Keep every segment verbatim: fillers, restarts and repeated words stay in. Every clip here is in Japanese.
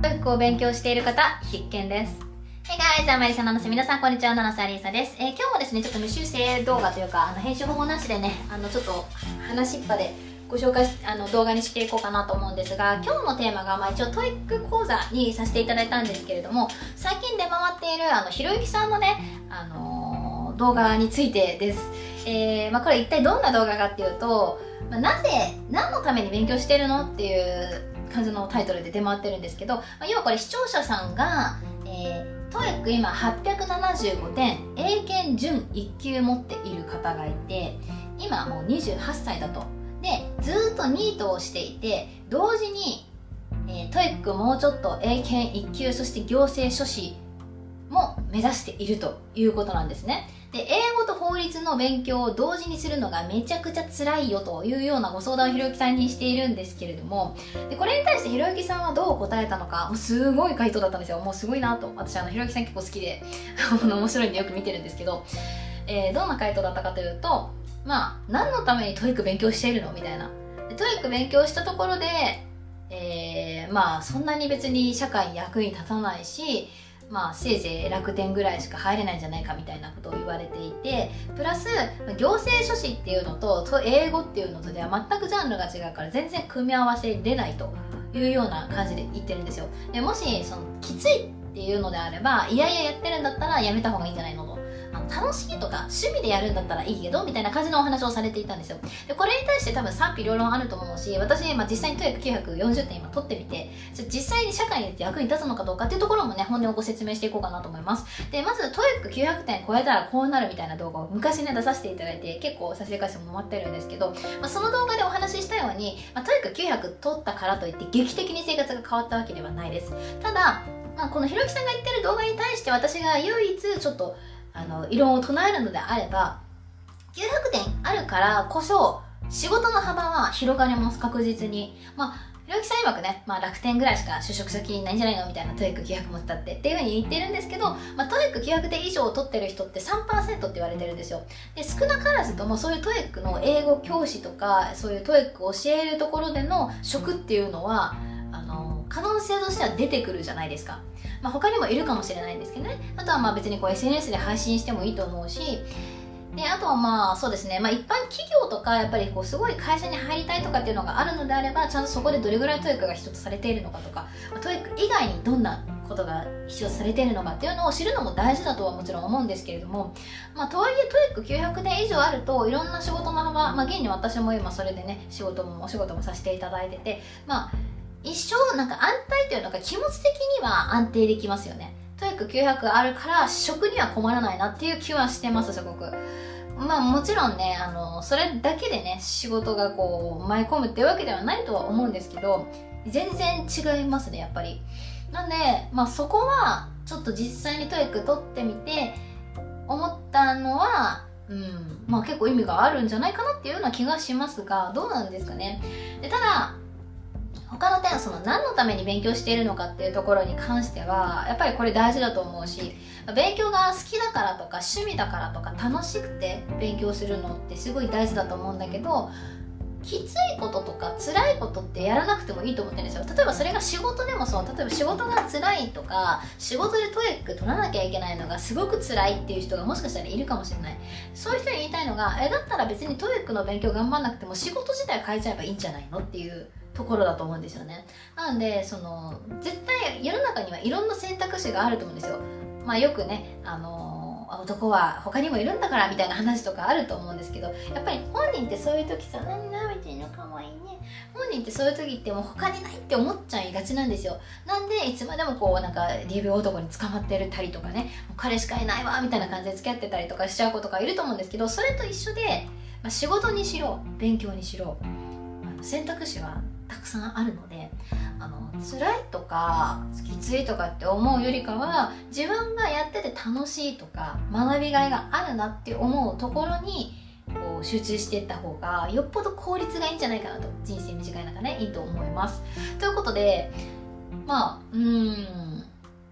トイックを勉強している方必見です。Hey guys, I'm Alisa ナナセ。皆さんこんにちは、ナナセアリーサです。えー、今日もですね、ちょっと無修正動画というか、あの編集方法なしでね、あのちょっと話しっぱでご紹介しあの動画にしていこうかなと思うんですが、今日のテーマが、まあ、一応トイック講座にさせていただいたんですけれども、最近出回っているあのひろゆきさんのね、あのー、動画についてです。えーまあ、これ一体どんな動画かっていうと、まあ、なぜ何のために勉強してるのっていう感じのタイトルで出回ってるんですけど、まあ、要はこれ視聴者さんが、えー、トイック今はっぴゃくななじゅうごてん英検準いっ級持っている方がいて、今もうにじゅうはっさいだと。でずっとニートをしていて、同時に、えー、トイックもうちょっと英検いっ級、そして行政書士も目指しているということなんですね。で英語と法律の勉強を同時にするのがめちゃくちゃ辛いよというようなご相談をひろゆきさんにしているんですけれども、でこれに対してひろゆきさんはどう答えたのか、もうすごい回答だったんですよ。もうすごいなと。私あのひろゆきさん結構好きで面白いんでよく見てるんですけど、えー、どんな回答だったかというと、まあ何のためにトイック勉強しているのみたいな。でトイック勉強したところで、えー、まあそんなに別に社会に役に立たないし、まあせいぜい楽天ぐらいしか入れないんじゃないかみたいなことを言われていて、プラス行政書士っていうのと英語っていうのとでは全くジャンルが違うから全然組み合わせ出ないというような感じで言ってるんですよ。でもしそのきついっていうのであれば、いやいややってるんだったらやめた方がいいんじゃないのと。あの楽しいとか趣味でやるんだったらいいけどみたいな感じのお話をされていたんですよ。でこれに対して多分賛否両論あると思うし、私、まあ、実際にトイックきゅうひゃくよんじゅってん今取ってみて、実際に社会に役に立つのかどうかっていうところもね、本音をご説明していこうかなと思います。でまずトイックきゅうひゃくてん超えたらこうなるみたいな動画を昔ね出させていただいて、結構再生回数も回ってるんですけど、まあ、その動画でお話ししたように、まあ、トイックきゅうひゃく取ったからといって劇的に生活が変わったわけではないです。ただ、まあ、このひろゆきさんが言ってる動画に対して私が唯一ちょっとあの異論を唱えるのであれば、きゅうひゃくてんあるからこそ仕事の幅は広がります。確実に。まあひろゆきさん曰くね、まあ、楽天ぐらいしか就職先ないんじゃないのみたいな、トイックきゅうひゃく持ったってっていうふうに言ってるんですけど、まあ、トイックきゅうひゃくてん以上を取ってる人って さんパーセント って言われてるんですよ。で少なからずともそういうトイックの英語教師とか、そういうトイックを教えるところでの職っていうのはあの可能性としては出てくるじゃないですか。まあ、他にもいるかもしれないんですけどね。あとはまあ別にこう エスエヌエス で配信してもいいと思うし、であとはまあそうですね、まあ、一般企業とかやっぱりこうすごい会社に入りたいとかっていうのがあるのであれば、ちゃんとそこでどれぐらいトイックが必要とされているのかとか、トイック以外にどんなことが必要とされているのかっていうのを知るのも大事だとはもちろん思うんですけれども、まあ、とはいえトイックきゅうひゃくてん以上あるといろんな仕事の幅、まあ、現に私も今それでね仕事もお仕事もさせていただいてて、まあ一生なんか安泰というのが気持ち的には安定できますよね。トイックきゅうひゃくあるから職には困らないなっていう気はしてます。すごくまあもちろんね、あのそれだけでね仕事がこう舞い込むっていうわけではないとは思うんですけど、全然違いますねやっぱり。なんでまあそこはちょっと実際にトイック取ってみて思ったのは、うんまあ結構意味があるんじゃないかなっていうような気がしますが、どうなんですかね。でただ他の点、その何のために勉強しているのかっていうところに関してはやっぱりこれ大事だと思うし、勉強が好きだからとか趣味だからとか楽しくて勉強するのってすごい大事だと思うんだけど、きついこととか辛いことってやらなくてもいいと思ってるんですよ。例えばそれが仕事でもそう。例えば仕事が辛いとか、仕事でトイック取らなきゃいけないのがすごく辛いっていう人がもしかしたらいるかもしれない。そういう人に言いたいのが、えだったら別にトイックの勉強頑張んなくても仕事自体変えちゃえばいいんじゃないのっていうところだと思うんですよね。なのでその絶対世の中にはいろんな選択肢があると思うんですよ。まあよくね、あの男は他にもいるんだからみたいな話とかあると思うんですけど、やっぱり本人ってそういう時さ、何舐めてんのかわいいね、本人ってそういう時ってもう他にないって思っちゃいがちなんですよ。なんでいつまでもこうなんか ディーブイ 男に捕まってるたりとかね、もう彼しかいないわみたいな感じで付き合ってたりとかしちゃう子とかいると思うんですけど、それと一緒で、まあ、仕事にしろ勉強にしろあの選択肢はたくさんあるので、あの辛いとかきついとかって思うよりかは、自分がやってて楽しいとか学びがいがあるなって思うところにこう集中していった方がよっぽど効率がいいんじゃないかなと、人生短い中ねいいと思います。ということでまあうーん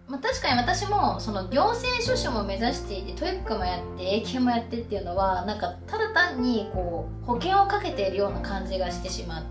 まあ、確かに私もその行政書士も目指していてトイックもやって英検もやってっていうのはなんかただ単にこう保険をかけているような感じがしてしまって、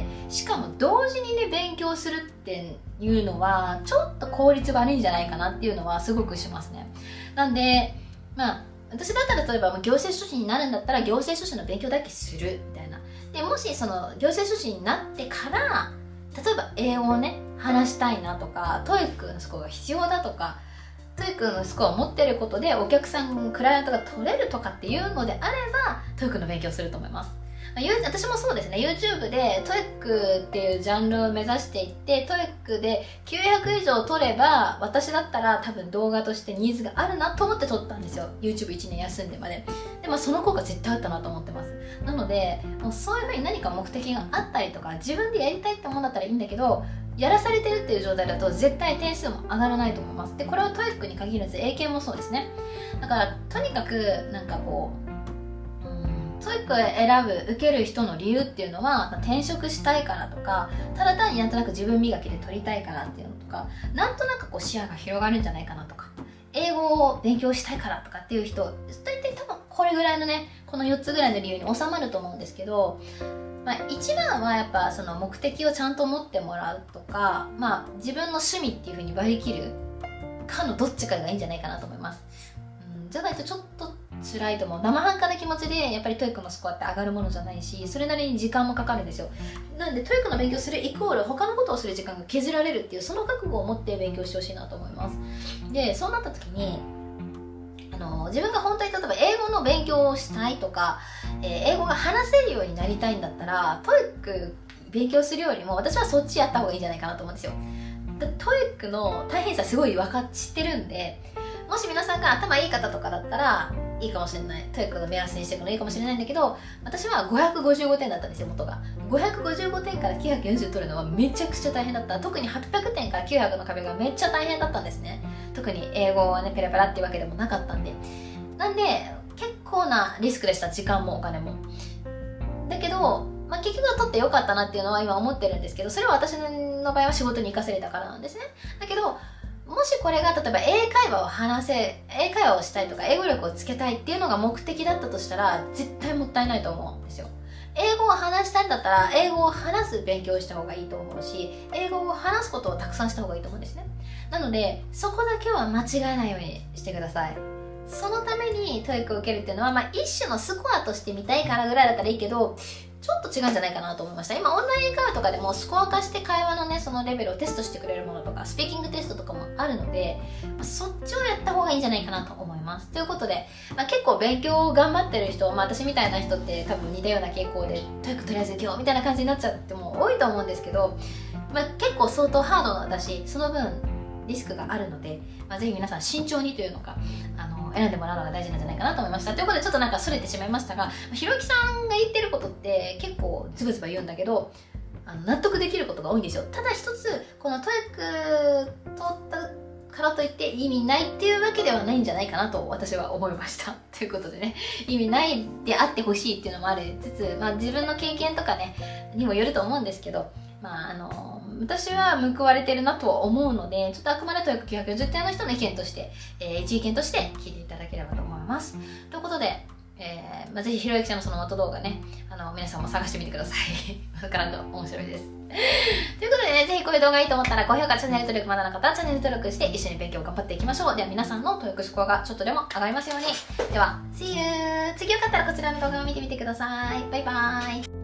しかも同時にね勉強するっていうのはちょっと効率悪いんじゃないかなっていうのはすごくしますね。なんでまあ私だったら例えば行政書士になるんだったら行政書士の勉強だけするみたいな。でもしその行政書士になってから例えば英語をね話したいなとか、トイックのスコアが必要だとか、トイックのスコアを持ってることでお客さんクライアントが取れるとかっていうのであればトイックの勉強すると思います。私もそうですね、 YouTube でトイックっていうジャンルを目指していってトイックできゅうひゃく以上取れば私だったら多分動画としてニーズがあるなと思って撮ったんですよ。 ユーチューブいち 年休んでまで。でもその効果絶対あったなと思ってます。なのでもうそういうふうに何か目的があったりとか自分でやりたいって思うんだったらいいんだけど、やらされてるっていう状態だと絶対点数も上がらないと思います。でこれはトイックに限らず英検もそうですね。だからとにかくなんかこうトイックを選ぶ受ける人の理由っていうのは転職したいからとか、ただ単になんとなく自分磨きで取りたいからっていうのとか、なんとなくこう視野が広がるんじゃないかなとか、英語を勉強したいからとかっていう人大体多分これぐらいのねこのよっつぐらいの理由に収まると思うんですけど、まあ、一番はやっぱその目的をちゃんと持ってもらうとか、まあ、自分の趣味っていう風に割り切るかのどっちかがいいんじゃないかなと思います。うん、じゃないとちょっと辛いと思う。生半可な気持ちでやっぱりトイックのスコアって上がるものじゃないし、それなりに時間もかかるんですよ。なのでトイックの勉強するイコール他のことをする時間が削られるっていうその覚悟を持って勉強してほしいなと思います。でそうなった時にあの自分が本当に例えば英語の勉強をしたいとか、えー、英語が話せるようになりたいんだったらトイック勉強するよりも私はそっちやった方がいいんじゃないかなと思うんですよ。トイックの大変さすごい分かっ知ってるんで、もし皆さんが頭いい方とかだったらいいかもしれない、トイックの目安にしていくのいいかもしれないんだけど、私はごひゃくごじゅうごてんだったんですよ元が。ごひゃくごじゅうごてんからきゅうひゃくよんじゅう取るのはめちゃくちゃ大変だった。特にはっぴゃくてんからきゅうひゃくの壁がめっちゃ大変だったんですね。特に英語はねペラペラっていうわけでもなかったんで、なんで結構なリスクでした。時間もお金もだけど、まあ、結局は取ってよかったなっていうのは今思ってるんですけど、それは私の場合は仕事に生かせれたからなんですね。だけどもしこれが例えば英会話を話せ英会話をしたいとか英語力をつけたいっていうのが目的だったとしたら絶対もったいないと思うんですよ。英語を話したいんだったら英語を話す勉強をした方がいいと思うし、英語を話すことをたくさんした方がいいと思うんですね。なのでそこだけは間違えないようにしてください。そのためにトイックを受けるっていうのは、まあ、一種のスコアとして見たいからぐらいだったらいいけど、ちょっと違うんじゃないかなと思いました。今オンライン英会話とかでもスコア化して会話のねそのレベルをテストしてくれるものとかスピーキングテストとかもあるので、まあ、そっちをやった方がいいんじゃないかなと思います。ということで、まあ、結構勉強を頑張ってる人、まあ、私みたいな人って多分似たような傾向でトイックとりあえず受けようみたいな感じになっちゃっても多いと思うんですけど、まあ、結構相当ハードだしその分リスクがあるので、まあ、ぜひ皆さん慎重にというのかあの選んでもらうのが大事なんじゃないかなと思いました。ということでちょっとなんかそれてしまいましたが、ひろゆきさんが言ってることって結構ズブズブ言うんだけどあの納得できることが多いんですよ。ただ一つこのトイック取ったからといって意味ないっていうわけではないんじゃないかなと私は思いましたということでね、意味ないであってほしいっていうのもありつつ、まあ、自分の経験とかねにもよると思うんですけど、まああの私は報われてるなとは思うので、ちょっとあくまでトイックきゅうひゃくよんじゅってんの人の意見として、えー、一意見として聞いていただければと思います。ということで、えーまあ、ぜひひろゆきちゃんのその元動画ね、あの皆さんも探してみてください。なかなか面白いです。ということでね、ぜひこういう動画がいいと思ったら高評価、チャンネル登録まだの方はチャンネル登録して一緒に勉強頑張っていきましょう。では皆さんのトイックスコアがちょっとでも上がりますように。では、See you! 次よかったらこちらの動画を見てみてください。バイバーイ。